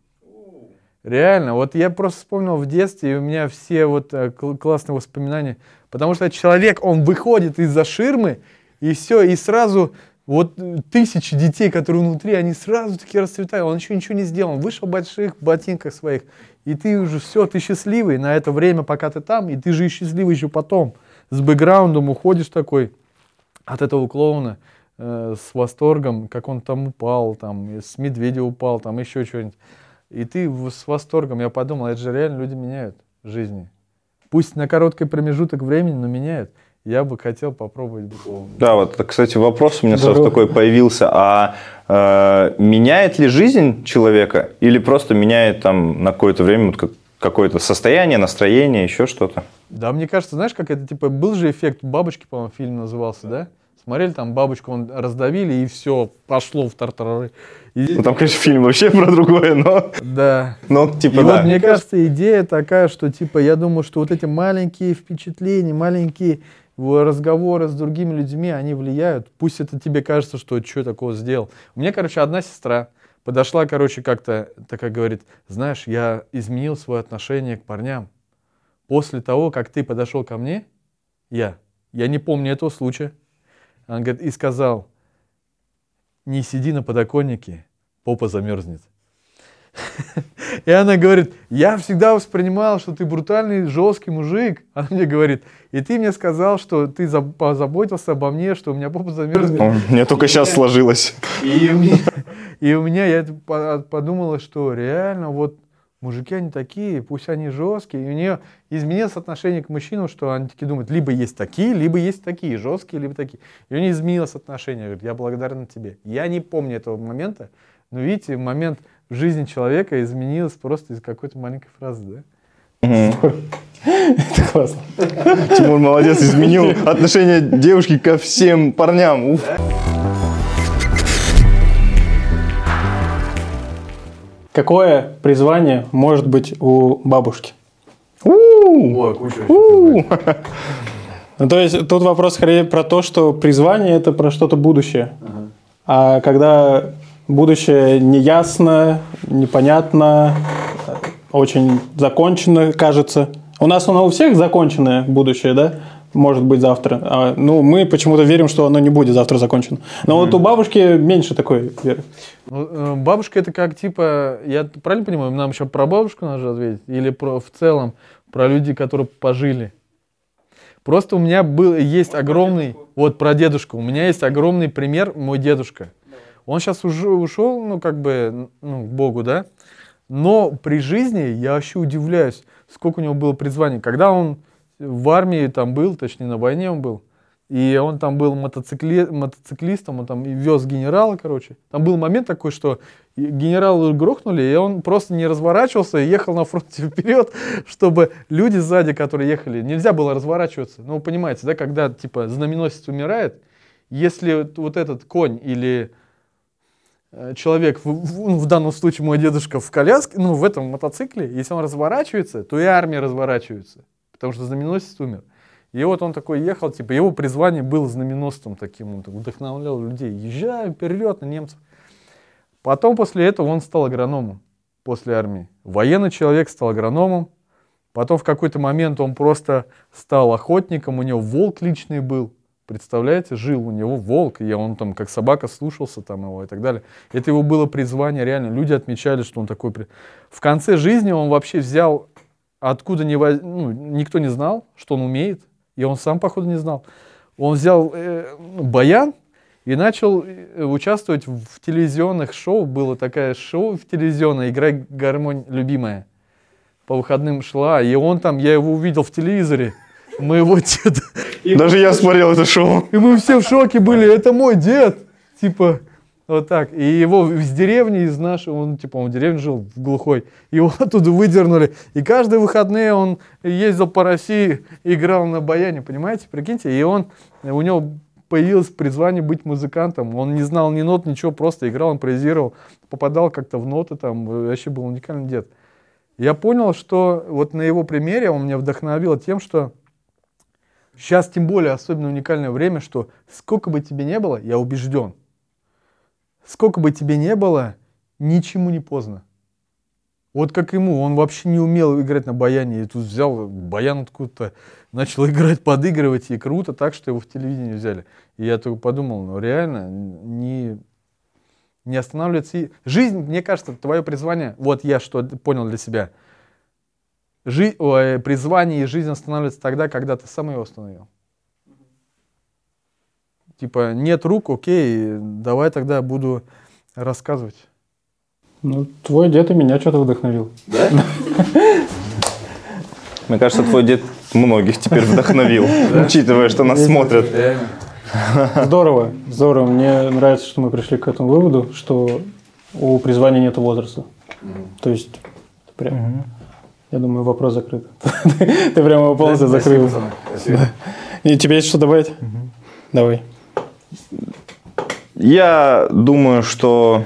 S4: Реально, вот я просто вспомнил в детстве, и у меня все вот классные воспоминания. Потому что человек, он выходит из-за ширмы, и все, и сразу... Вот тысячи детей, которые внутри, они сразу таки расцветают. Он еще ничего не сделал. Он вышел в больших ботинках своих. И ты уже все, ты счастливый на это время, пока ты там. И ты же и счастливый еще потом. С бэкграундом уходишь такой от этого клоуна э, с восторгом, как он там упал, там, с медведя упал, там еще что-нибудь. И ты с восторгом, я подумал, это же реально люди меняют жизни. Пусть на короткий промежуток времени, но меняют. Я бы хотел попробовать быть клоуном. Да,
S5: вот, кстати, вопрос у меня сразу такой появился. А э, меняет ли жизнь человека или просто меняет там на какое-то время вот, какое-то состояние, настроение, еще что-то?
S4: Да, мне кажется, знаешь, как это, типа, был же эффект бабочки, по-моему, фильм назывался, да? Смотрели, там бабочку он раздавили, и все, пошло в тартарары. И...
S5: Ну, там, конечно, фильм вообще про другое, но...
S4: Да.
S5: Но, типа,
S4: и
S5: да.
S4: вот, мне кажется, идея такая, что, типа, я думаю, что вот эти маленькие впечатления, маленькие разговоры с другими людьми, они влияют. Пусть это тебе кажется, что что такого сделал. У меня, короче, одна сестра подошла, короче, как-то, такая говорит, знаешь, я изменил свое отношение к парням. После того, как ты подошел ко мне, я, я не помню этого случая, она говорит, и сказал, не сиди на подоконнике, попа замерзнет. И она говорит, я всегда воспринимала, что ты брутальный, жесткий мужик. Она мне говорит, и ты мне сказал, что ты позаботился обо мне, что у меня попа замерзнет.
S5: Мне только сейчас сложилось.
S4: И у меня, и у меня я подумала, что реально вот мужики они такие, пусть они жесткие. И у нее изменилось отношение к мужчинам, что они такие думают, либо есть такие, либо есть такие, жесткие, либо такие. И у нее изменилось отношение. Говорит, я благодарна тебе. Я не помню этого момента, но видите, момент в жизни человека изменился просто из какой-то маленькой фразы, да?
S6: Это классно.
S5: Тимур молодец, изменил отношение девушки ко всем парням. Уф.
S6: Какое призвание может быть у бабушки?
S4: Ой, куча
S6: Ну, то есть тут вопрос скорее про то, что призвание – это про что-то будущее. А когда будущее неясно, непонятно, очень закончено, кажется. У нас оно у всех законченное будущее, да? Может быть завтра. А, ну, мы почему-то верим, что оно не будет завтра закончено. Но mm-hmm. вот у бабушки меньше такой веры.
S4: Ну, бабушка это как типа, я правильно понимаю, нам еще про бабушку надо ответить? Или про, в целом про людей, которые пожили? Просто у меня был, есть огромный, вот про дедушку, у меня есть огромный пример, мой дедушка. Он сейчас уже ушел, ну как бы, ну, к Богу, да? Но при жизни я вообще удивляюсь, сколько у него было призваний. Когда он в армии там был, точнее на войне он был, и он там был мотоцикли... мотоциклистом, он там вез генерала, короче. Там был момент такой, что генерала грохнули, и он просто не разворачивался и ехал на фронте вперед, чтобы люди сзади, которые ехали, нельзя было разворачиваться. Ну, вы понимаете, да, когда типа знаменосец умирает, если вот этот конь или человек, в, в, в данном случае мой дедушка в коляске, ну, в этом мотоцикле, если он разворачивается, то и армия разворачивается, потому что знаменосец умер. И вот он такой ехал, типа, его призвание было знаменосцем таким, он так вдохновлял людей, езжай вперед на немцев. Потом после этого он стал агрономом после армии. Военный человек стал агрономом, потом в какой-то момент он просто стал охотником, у него волк личный был. Представляете, жил у него волк, и он там как собака слушался там его и так далее. Это его было призвание, реально. Люди отмечали, что он такой... В конце жизни он вообще взял, откуда не воз... ну, никто не знал, что он умеет, и он сам, походу, не знал. Он взял э, баян и начал участвовать в телевизионных шоу. Было такое шоу в телевизионное, «Играй гармонь, любимая». По выходным шла, и он там, я его увидел в телевизоре. Моего деда. И
S5: Даже я смотрел это шоу.
S4: И мы все в шоке были. Это мой дед. Типа, вот так. И его из деревни, из нашего, он типа, он в деревне жил, в глухой. Его оттуда выдернули. И каждые выходные он ездил по России, играл на баяне, понимаете? Прикиньте. И он, у него появилось призвание быть музыкантом. Он не знал ни нот, ничего, просто играл, импровизировал. Попадал как-то в ноты, там, вообще был уникальный дед. Я понял, что вот на его примере он меня вдохновил тем, что сейчас тем более особенно уникальное время, что сколько бы тебе не было, я убежден, сколько бы тебе не было, ничему не поздно. Вот как ему, он вообще не умел играть на баяне, и тут взял баян откуда-то, начал играть, подыгрывать, и круто так, что его в телевидении взяли. И я только подумал, ну реально, не, не останавливается. Жизнь, мне кажется, твое призвание, вот я что понял для себя, Жи... Ой, призвание и жизнь останавливается тогда, когда ты сам его остановил. Типа, нет рук, окей, давай тогда буду рассказывать.
S6: Ну, твой дед и меня что-то вдохновил.
S5: Да? Мне кажется, твой дед многих теперь вдохновил, учитывая, что нас смотрят.
S6: Здорово, здорово. Мне нравится, что мы пришли к этому выводу, что у призвания нет возраста. То есть, прям... Я думаю, вопрос закрыт. Ты прямо его полностью да, закрыл. Спасибо. И тебе есть что добавить? Угу. Давай.
S5: Я думаю, что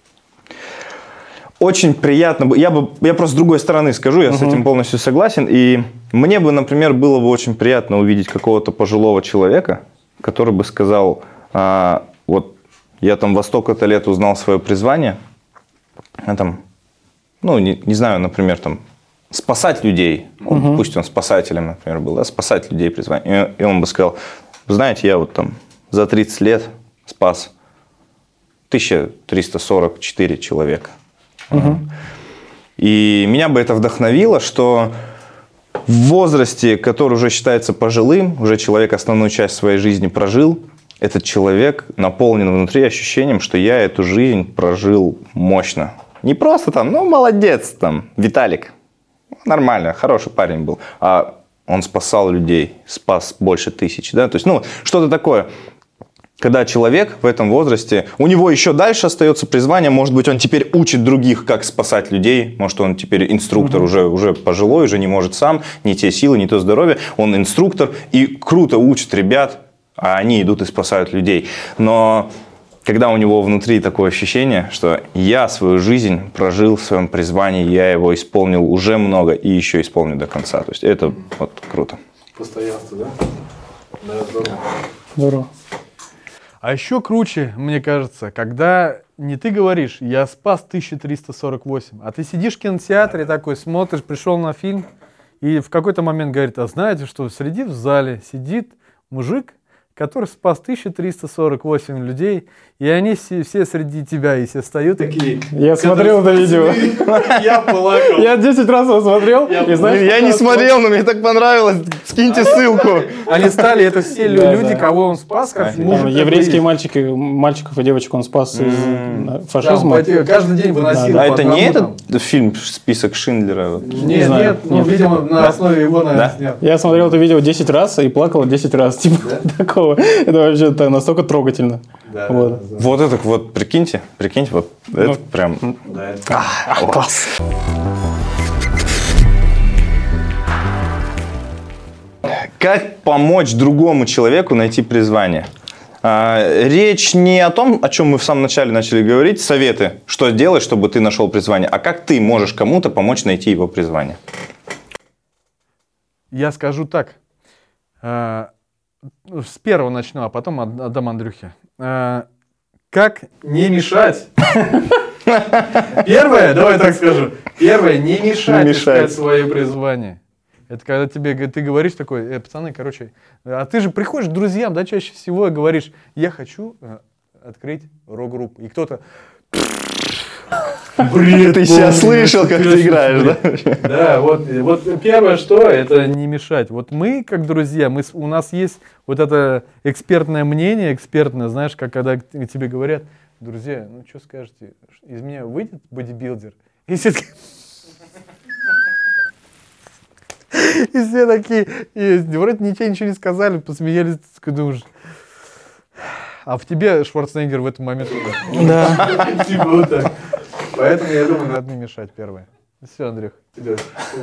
S5: очень приятно. Я бы, я просто с другой стороны скажу, я угу. с этим полностью согласен. И мне бы, например, было бы очень приятно увидеть какого-то пожилого человека, который бы сказал, а, вот я там во столько-то лет узнал свое призвание, а там, ну, не, не знаю, например, там, спасать людей, он, угу. пусть он спасателем, например, был, да, спасать людей призвание. И, и он бы сказал, знаете, я вот там за тридцать лет спас тысяча триста сорок четыре человека. Угу. И меня бы это вдохновило, что в возрасте, который уже считается пожилым, уже человек основную часть своей жизни прожил, этот человек наполнен внутри ощущением, что я эту жизнь прожил мощно. Не просто там, ну, молодец, там, Виталик. Нормально, хороший парень был. А он спасал людей, спас больше тысяч, да? То есть, ну, что-то такое. Когда человек в этом возрасте, у него еще дальше остается призвание, может быть, он теперь учит других, как спасать людей, может, он теперь инструктор, mm-hmm. уже, уже пожилой, уже не может сам, не те силы, не то здоровье, он инструктор и круто учит ребят, а они идут и спасают людей. Но когда у него внутри такое ощущение, что я свою жизнь прожил в своем призвании, я его исполнил уже много и еще исполню до конца, то есть это вот круто.
S4: Постоянство, да? Да, здорово.
S6: Здорово.
S4: А еще круче, мне кажется, когда не ты говоришь, я спас тысяча триста сорок восемь, а ты сидишь в кинотеатре такой, смотришь, пришел на фильм, и в какой-то момент говорит, а знаете, что среди в зале сидит мужик, который спас тысяча триста сорок восемь людей, и они все, все среди тебя, и все встают такие.
S6: Я смотрел это видео.
S4: Я плакал.
S6: Я десять раз его смотрел.
S5: И знаешь, я не смотрел, но мне так понравилось. Скиньте ссылку.
S4: Они стали, это все люди, кого он спас. Как
S6: еврейские мальчики, мальчиков и девочек он спас из фашизма.
S4: Каждый день выносил.
S5: А это не этот фильм «Список Шиндлера»?
S4: Нет, нет, ну, видимо, на основе его, наверное, снят.
S6: Я смотрел это видео десять раз и плакал десять раз. Типа такого. Это вообще настолько трогательно.
S4: Да,
S6: вот.
S4: Да, да.
S5: Вот это вот, прикиньте, прикиньте, вот ну, это прям...
S4: Да, это...
S5: А, класс! Как помочь другому человеку найти призвание? А, речь не о том, о чем мы в самом начале начали говорить, советы, что делать, чтобы ты нашел призвание, а как ты можешь кому-то помочь найти его призвание.
S4: Я скажу так. С первого начну, а потом отдам Андрюхе. Как не мешать? Первое, давай так скажу. Первое, не мешать искать свое призвание. Это когда тебе ты говоришь такой, э, пацаны, короче, а ты же приходишь к друзьям, да, чаще всего и говоришь, я хочу открыть рок-группу. И кто-то...
S5: Бред, ты себя слышал, как ты играешь, да?
S4: Да, вот, вот первое, что это не мешать. Вот мы, как друзья, мы, у нас есть вот это экспертное мнение, экспертное, знаешь, как когда тебе говорят, друзья, ну что скажете, из меня выйдет бодибилдер? И все такие... И все такие, и вроде ничего, ничего не сказали, посмеялись, ты думаешь... А в тебе Шварценеггер в этот момент...
S6: Да.
S4: Типа вот так. Поэтому, я думаю, надо не мешать первое. Все, Андрюх, тебе.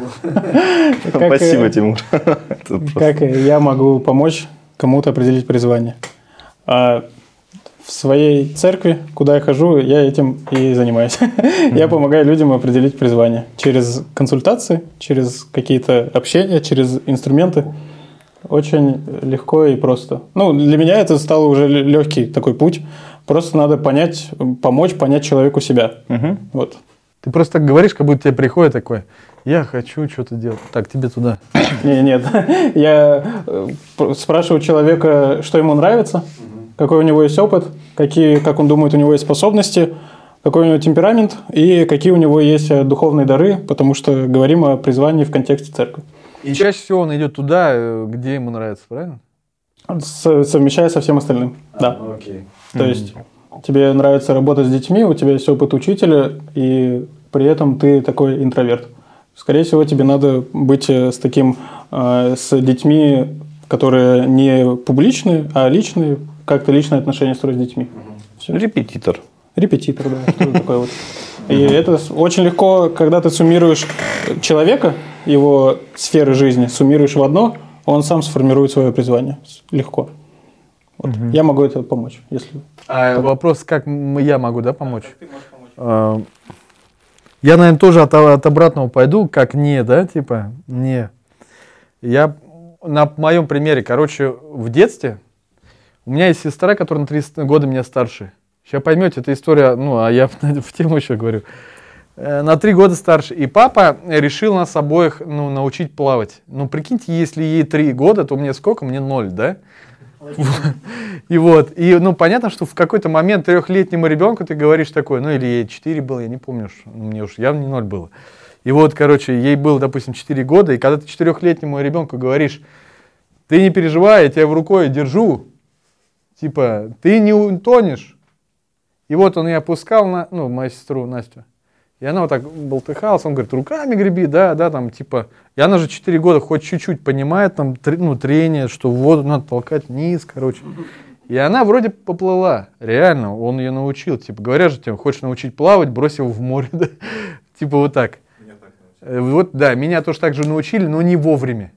S5: Спасибо, Тимур.
S6: Как я могу помочь кому-то определить призвание? В своей церкви, куда я хожу, я этим и занимаюсь. Я помогаю людям определить призвание. Через консультации, через какие-то общения, через инструменты. Очень легко и просто. Ну, для меня это стало уже легкий такой путь. Просто надо понять, помочь понять человеку себя.
S5: Угу.
S6: Вот.
S4: Ты просто так говоришь, как будто тебе приходит такой, я хочу что-то делать. Так, тебе туда.
S6: Нет, нет. Я спрашиваю человека, что ему нравится, какой у него есть опыт, какие, как он думает, у него есть способности, какой у него темперамент и какие у него есть духовные дары, потому что говорим о призвании в контексте церкви.
S4: И чаще всего он идет туда, где ему нравится, правильно?
S6: С, совмещая со всем остальным, а, да.
S4: Окей.
S6: То mm-hmm. есть тебе нравится работать с детьми, у тебя есть опыт учителя, и при этом ты такой интроверт. Скорее всего, тебе надо быть с таким, э, с детьми, которые не публичные, а личные, как-то личные отношения строить с детьми.
S5: Mm-hmm. Репетитор.
S6: Репетитор, да, что-то такое вот. И это очень легко, когда ты суммируешь человека, его сферы жизни, суммируешь в одно, он сам сформирует свое призвание. Легко. Вот. Угу. Я могу это помочь, если...
S4: А вопрос, как я могу, да, помочь? Да, как ты можешь помочь? А, я, наверное, тоже от, от обратного пойду, как не, да, типа, не. Я на моем примере, короче, в детстве у меня есть сестра, которая на три года меня старше. Сейчас поймете, эта история, ну, а я в тему еще говорю. На три года старше. И папа решил нас обоих, ну, научить плавать. Ну, прикиньте, если ей три года, то мне сколько? Мне ноль, да? И вот. И, ну, понятно, что в какой-то момент трехлетнему ребенку ты говоришь такое, ну, или ей четыре было, я не помню, мне уж явно не ноль было. И вот, короче, ей было, допустим, четыре года, и когда ты четырехлетнему ребенку говоришь, ты не переживай, я тебя в рукой держу, типа, ты не утонешь. И вот он ее опускал, на, ну, мою сестру Настю. И она вот так болтыхалась, он говорит, руками греби, да, да, там, типа. И она же четыре года хоть чуть-чуть понимает, там, ну, трение, что воду надо толкать вниз, короче. И она вроде поплыла, реально, он ее научил. Типа, говорят же, тебе, хочешь научить плавать, брось его в море, да? Типа вот так. Меня так научили. Вот, да, меня тоже так же научили, но не вовремя.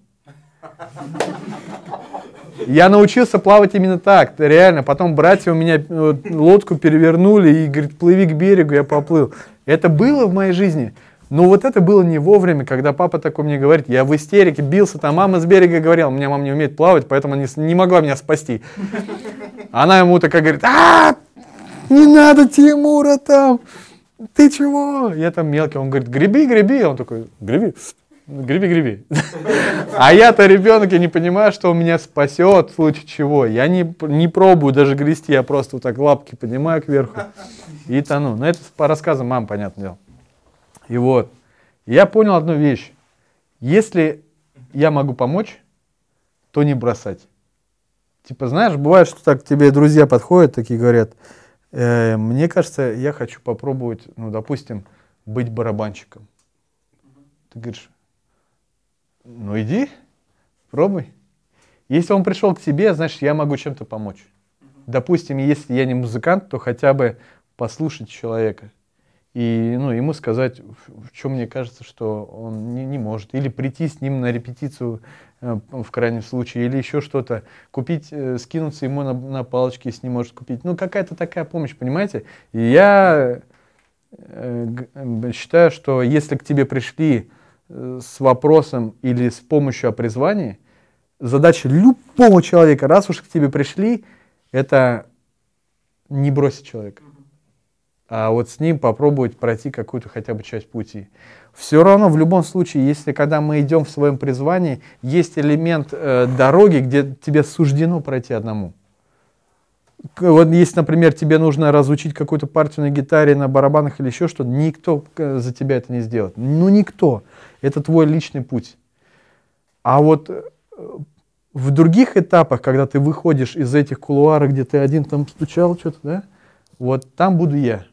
S4: Я научился плавать именно так, реально. Потом братья у меня вот, лодку перевернули и говорит, плыви к берегу, я поплыл. Это было в моей жизни, но вот это было не вовремя, когда папа такой мне говорит, я в истерике бился, там мама с берега говорила, у меня мама не умеет плавать, поэтому не, не могла меня спасти. Она ему такая говорит, а не надо Тимура там, ты чего? Я там мелкий, он говорит, греби, греби, он такой, греби. Греби, греби. А я-то ребенок, я не понимаю, что он меня спасет в случае чего. Я не, не пробую даже грести, я просто вот так лапки поднимаю кверху и тону. Но это по рассказам мам, понятное дело. И вот. Я понял одну вещь. Если я могу помочь, то не бросать. Типа, знаешь, бывает, что так к тебе друзья подходят, такие говорят, э, мне кажется, я хочу попробовать, ну, допустим, быть барабанщиком. Ты говоришь, ну иди, пробуй. Если он пришел к тебе, значит, я могу чем-то помочь. Допустим, если я не музыкант, то хотя бы послушать человека. И ну, ему сказать, в чем мне кажется, что он не, не может. Или прийти с ним на репетицию, э, в крайнем случае, или еще что-то. Купить, э, скинуться ему на, на палочки, если не может купить. Ну, какая-то такая помощь, понимаете? И я э, считаю, что если к тебе пришли с вопросом или с помощью о призвании, задача любого человека, раз уж к тебе пришли, это не бросить человека, а вот с ним попробовать пройти какую-то хотя бы часть пути. Все равно, в любом случае, если когда мы идем в своем призвании, есть элемент э, дороги, где тебе суждено пройти одному. Вот если, например, тебе нужно разучить какую-то партию на гитаре, на барабанах или еще что-то, никто за тебя это не сделает. Ну, никто. Это твой личный путь. А вот в других этапах, когда ты выходишь из этих кулуаров, где ты один там стучал что-то, да, вот там буду я.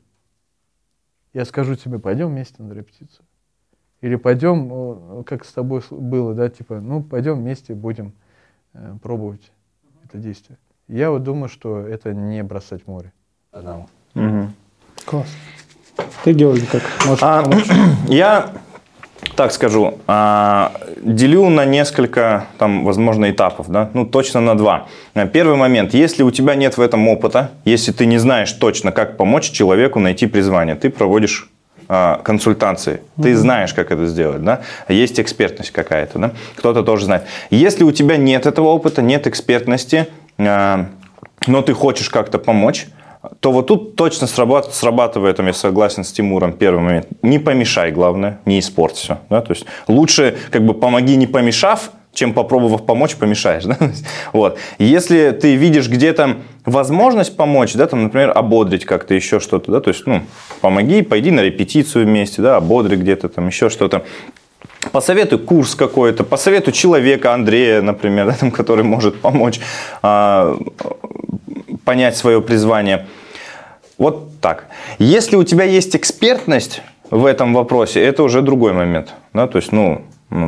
S4: Я скажу тебе, пойдем вместе на репетицию. Или пойдем, как с тобой было, да, типа, ну, пойдем вместе, будем э, пробовать это действие. Я вот думаю, что это не бросать море одному.
S5: Угу.
S6: Класс. Ты, Георгий, как можешь
S5: а,
S6: помочь?
S5: Я так скажу, а, делю на несколько, там, возможно, этапов, да? Ну, точно на два. Первый момент, если у тебя нет в этом опыта, если ты не знаешь точно, как помочь человеку найти призвание, ты проводишь а, консультации, mm-hmm. ты знаешь, как это сделать, да? Есть экспертность какая-то, да? Кто-то тоже знает. Если у тебя нет этого опыта, нет экспертности, а, но ты хочешь как-то помочь, то вот тут точно срабатывает, срабатывает, я согласен с Тимуром, первый момент. Не помешай, главное, не испорть все. Да? То есть лучше как бы помоги, не помешав, чем попробовав помочь, помешаешь. Да? Вот. Если ты видишь где-то возможность помочь, да, там, например, ободрить как-то, еще что-то, да? То есть, ну, помоги, пойди на репетицию вместе, да, ободри где-то, там, еще что-то. Посоветуй курс какой-то, посоветуй человека, Андрея, например, да, там, который может помочь а, понять свое призвание. Вот так. Если у тебя есть экспертность в этом вопросе, это уже другой момент. Да? То есть, ну,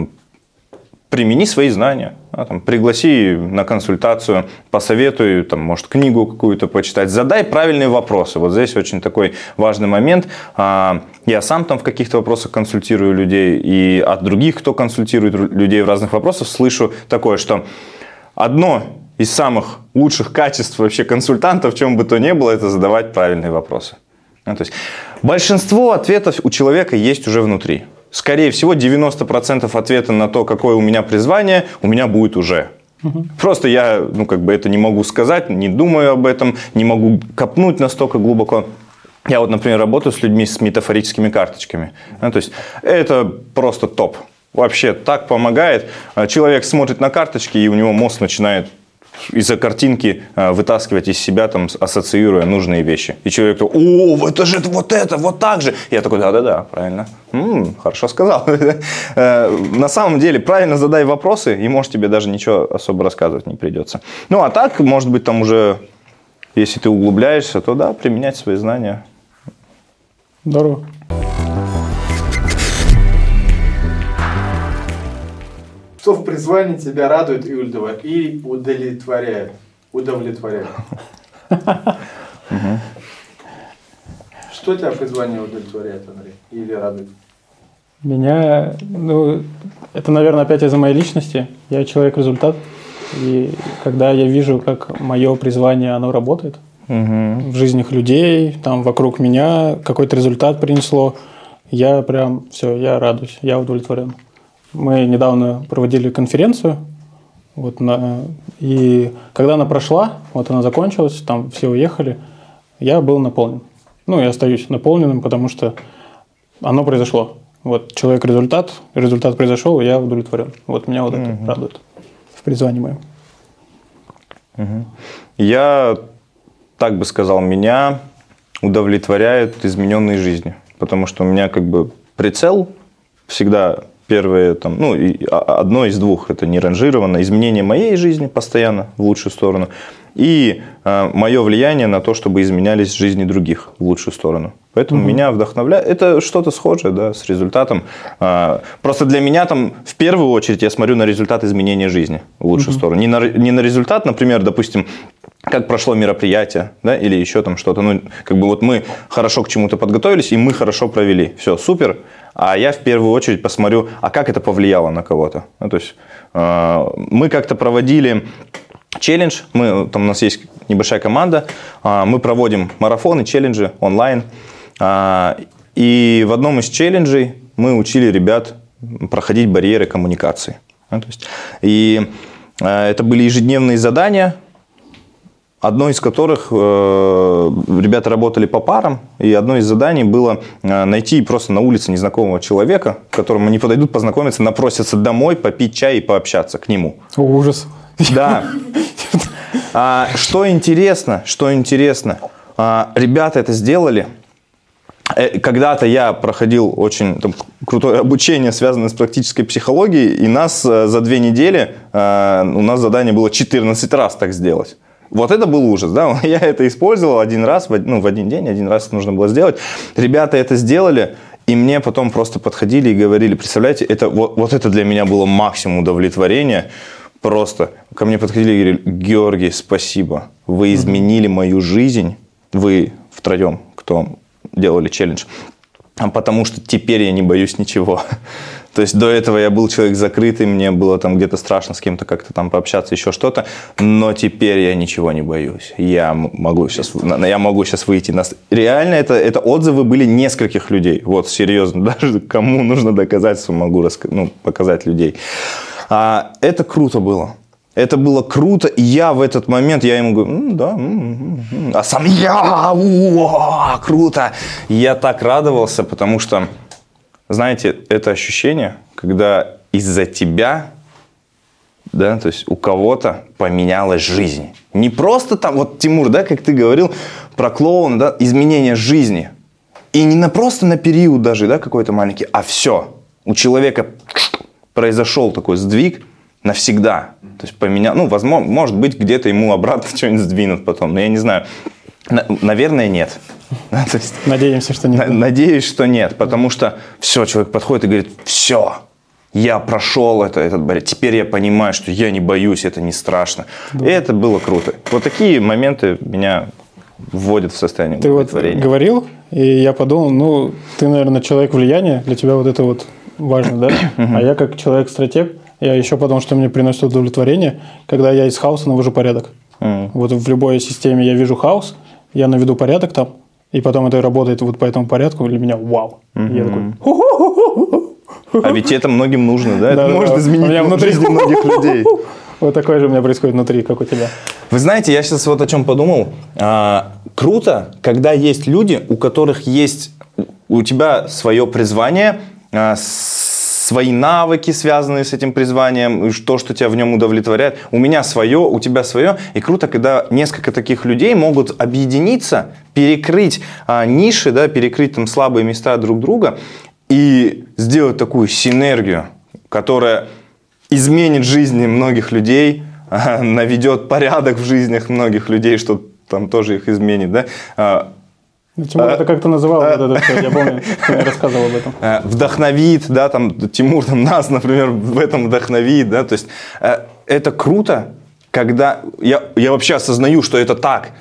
S5: примени свои знания. Да? Там, пригласи на консультацию, посоветуй, там, может, книгу какую-то почитать. Задай правильные вопросы. Вот здесь очень такой важный момент. Я сам там в каких-то вопросах консультирую людей, и от других, кто консультирует людей в разных вопросах, слышу такое, что одно из самых лучших качеств вообще консультанта, в чем бы то ни было, это задавать правильные вопросы. Ну, то есть большинство ответов у человека есть уже внутри. Скорее всего, девяносто процентов ответа на то, какое у меня призвание, у меня будет уже. Угу. Просто я, ну, как бы это не могу сказать, не думаю об этом, не могу копнуть настолько глубоко. Я вот, например, работаю с людьми с метафорическими карточками. Ну, то есть это просто топ. Вообще так помогает. Человек смотрит на карточки, и у него мозг начинает из-за картинки вытаскивать из себя, там, ассоциируя нужные вещи. И человек такой: о, это же вот это, вот так же. Я такой: да-да-да, правильно. М-м, хорошо сказал. На самом деле, правильно задай вопросы, и, может, тебе даже ничего особо рассказывать не придется. Ну, а так, может быть, там уже, если ты углубляешься, то да, применять свои знания.
S6: Здорово.
S4: Что в призвании тебя радует и удовлетворяет? Удовлетворяет. Что тебя в призвании удовлетворяет, Андрей? Или радует?
S6: Меня, ну, это, наверное, опять из-за моей личности. Я человек-результат. И когда я вижу, как мое призвание, оно работает угу. в жизнях людей, там вокруг меня, какой-то результат принесло, я прям, все, я радуюсь, я удовлетворен. Мы недавно проводили конференцию, вот на, и когда она прошла, вот она закончилась, там все уехали, я был наполнен. Ну, я остаюсь наполненным, потому что оно произошло. Вот человек-результат, результат произошел, я удовлетворен. Вот меня вот это угу. радует в призвании моем.
S5: Угу. Я так бы сказал, меня удовлетворяют измененные жизни, потому что у меня как бы прицел всегда первое, там, ну, и одно из двух, это не ранжировано, изменение моей жизни постоянно в лучшую сторону и э, мое влияние на то, чтобы изменялись жизни других в лучшую сторону. Поэтому mm-hmm. меня вдохновляет. Это что-то схожее, да, с результатом. А, просто для меня там в первую очередь я смотрю на результат изменения жизни в лучшую mm-hmm. сторону. Не на, не на результат, например, допустим, как прошло мероприятие, да, или еще там что-то. Ну, как бы вот мы хорошо к чему-то подготовились, и мы хорошо провели. Все, супер. А я в первую очередь посмотрю, а как это повлияло на кого-то. Ну, то есть э, мы как-то проводили челлендж, мы, там у нас есть небольшая команда, э, мы проводим марафоны, челленджи онлайн. Э, и в одном из челленджей мы учили ребят проходить барьеры коммуникации. Ну, то есть, и э, это были ежедневные задания, одно из которых э, ребята работали по парам, и одно из заданий было э, найти просто на улице незнакомого человека, к которому они подойдут познакомиться, напросятся домой, попить чай и пообщаться к нему.
S6: О, ужас.
S5: Да. А, что интересно, что интересно, а, ребята это сделали. Когда-то я проходил очень там, крутое обучение, связанное с практической психологией, и нас за две недели, э, у нас задание было четырнадцать раз так сделать. Вот это был ужас, да, я это использовал один раз, ну, в один день, один раз это нужно было сделать. Ребята это сделали, и мне потом просто подходили и говорили, представляете, это, вот, вот это для меня было максимум удовлетворения. Просто ко мне подходили и говорили: Георгий, спасибо, вы изменили мою жизнь, вы втроем, кто делали челлендж, потому что теперь я не боюсь ничего. То есть до этого я был человек закрытый, мне было там где-то страшно с кем-то как-то там пообщаться, еще что-то, но теперь я ничего не боюсь. Я могу сейчас, я могу сейчас выйти на... Реально это, это отзывы были нескольких людей, вот серьезно, даже кому нужно доказательство, могу раска... ну, показать людей. А, это круто было. Это было круто, и я в этот момент, я ему говорю, ну, да, м-м-м. А сам я, о, круто. Я так радовался, потому что, знаете, это ощущение, когда из-за тебя, да, то есть у кого-то поменялась жизнь. Не просто там, вот Тимур, да, как ты говорил про клоуна, да, изменение жизни. И не на просто на период даже, да, какой-то маленький, а все. У человека произошел такой сдвиг навсегда. То есть поменял, ну, возможно, может быть, где-то ему обратно что-нибудь сдвинут потом, но я не знаю. На, наверное, нет. То есть,
S6: надеемся, что нет.
S5: Надеюсь, что нет, потому что все, человек подходит и говорит: все, я прошел это, этот барьер, теперь я понимаю, что я не боюсь, это не страшно. Да. И это было круто. Вот такие моменты меня вводят в состояние удовлетворения.
S6: Ты вот говорил, и я подумал, ну, ты, наверное, человек влияния, для тебя вот это вот важно, да? А я как человек-стратег, я еще подумал, что мне приносит удовлетворение, когда я из хаоса навожу порядок. Mm. Вот в любой системе я вижу хаос, я наведу порядок там, и потом это работает вот по этому порядку, для меня вау. Mm-hmm. Я такой...
S5: А ведь это многим нужно, да? Это может изменить жизнь многих людей.
S6: Вот такое же у меня происходит внутри, как у тебя.
S5: Вы знаете, я сейчас вот о чем подумал. А, круто, когда есть люди, у которых есть у тебя свое призвание, а, свои навыки, связанные с этим призванием, то, что тебя в нем удовлетворяет. У меня свое, у тебя свое. И круто, когда несколько таких людей могут объединиться, перекрыть а, ниши, да, перекрыть там слабые места друг друга и сделать такую синергию, которая изменит жизни многих людей, а, наведет порядок в жизнях многих людей, что там тоже их изменит, да? А,
S6: Тимур это как-то называл, вот это все, я помню, ты мне рассказывал об этом.
S5: Вдохновит, да, там, Тимур там, нас, например, в этом вдохновит, да, то есть это круто, когда я, я вообще осознаю, что это так.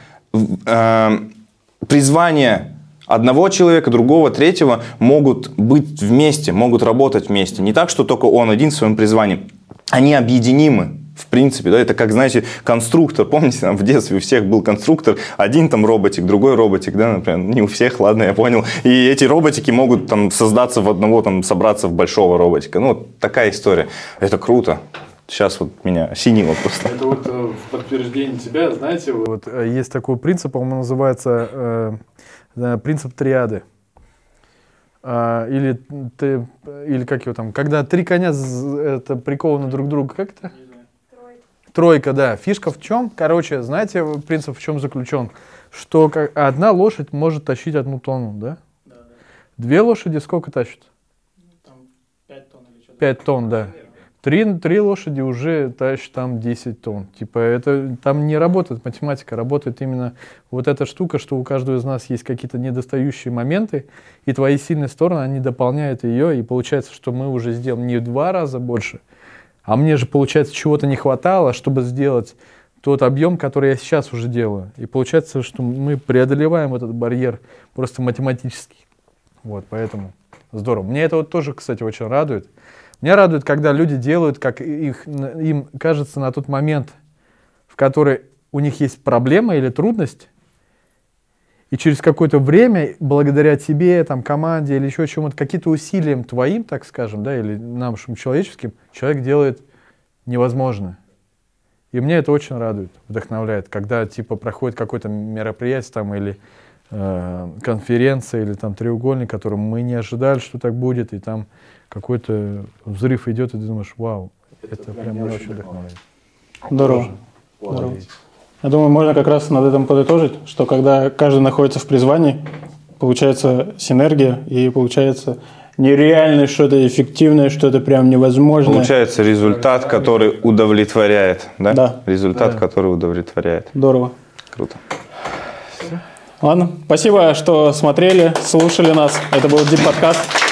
S5: Призвание одного человека, другого, третьего могут быть вместе, могут работать вместе. Не так, что только он один в своем призвании. Они объединимы. В принципе, да, это как, знаете, конструктор. Помните, там в детстве у всех был конструктор. Один там роботик, другой роботик, да, например. Не у всех, ладно, я понял. И эти роботики могут там создаться в одного, там, собраться в большого роботика. Ну, вот такая история. Это круто. Сейчас вот меня осенило просто.
S4: Это вот в подтверждение тебя, знаете, вот есть такой принцип, он называется э, принцип триады. Или, ты, или как его там, когда три коня это прикованы друг к другу, как это? Тройка, да. Фишка в чем? Короче, знаете, принцип в чем заключен? Что одна лошадь может тащить одну тонну, да? Да, да. Две лошади сколько тащат? Там пять тонн или что-то. Пять тонн, да. Три, три лошади уже тащат там десять тонн. Типа это там не работает математика, работает именно вот эта штука, что у каждого из нас есть какие-то недостающие моменты, и твои сильные стороны, они дополняют ее, и получается, что мы уже сделаем не в два раза больше, а мне же, получается, чего-то не хватало, чтобы сделать тот объем, который я сейчас уже делаю. И получается, что мы преодолеваем этот барьер просто математически. Вот, поэтому здорово. Мне это вот тоже, кстати, очень радует. Меня радует, когда люди делают, как их, им кажется на тот момент, в который у них есть проблема или трудность, и через какое-то время, благодаря тебе, там, команде или еще чему-то, какие-то усилиям твоим, так скажем, да, или нашим человеческим, человек делает невозможное. И мне это очень радует, вдохновляет, когда типа проходит какое-то мероприятие там, или э, конференция, или там треугольник, который мы не ожидали, что так будет, и там какой-то взрыв идет, и ты думаешь, вау, это, это прям меня очень вдохновляет.
S6: Здорово. Здорово. Я думаю, можно как раз над этим подытожить, что когда каждый находится в призвании, получается синергия и получается нереальное что-то эффективное, что-то прям невозможное.
S5: Получается результат, который удовлетворяет, да?
S6: Да.
S5: Результат,
S6: да.
S5: который удовлетворяет.
S6: Здорово.
S5: Круто.
S6: Ладно, спасибо, что смотрели, слушали нас. Это был Deep Podcast.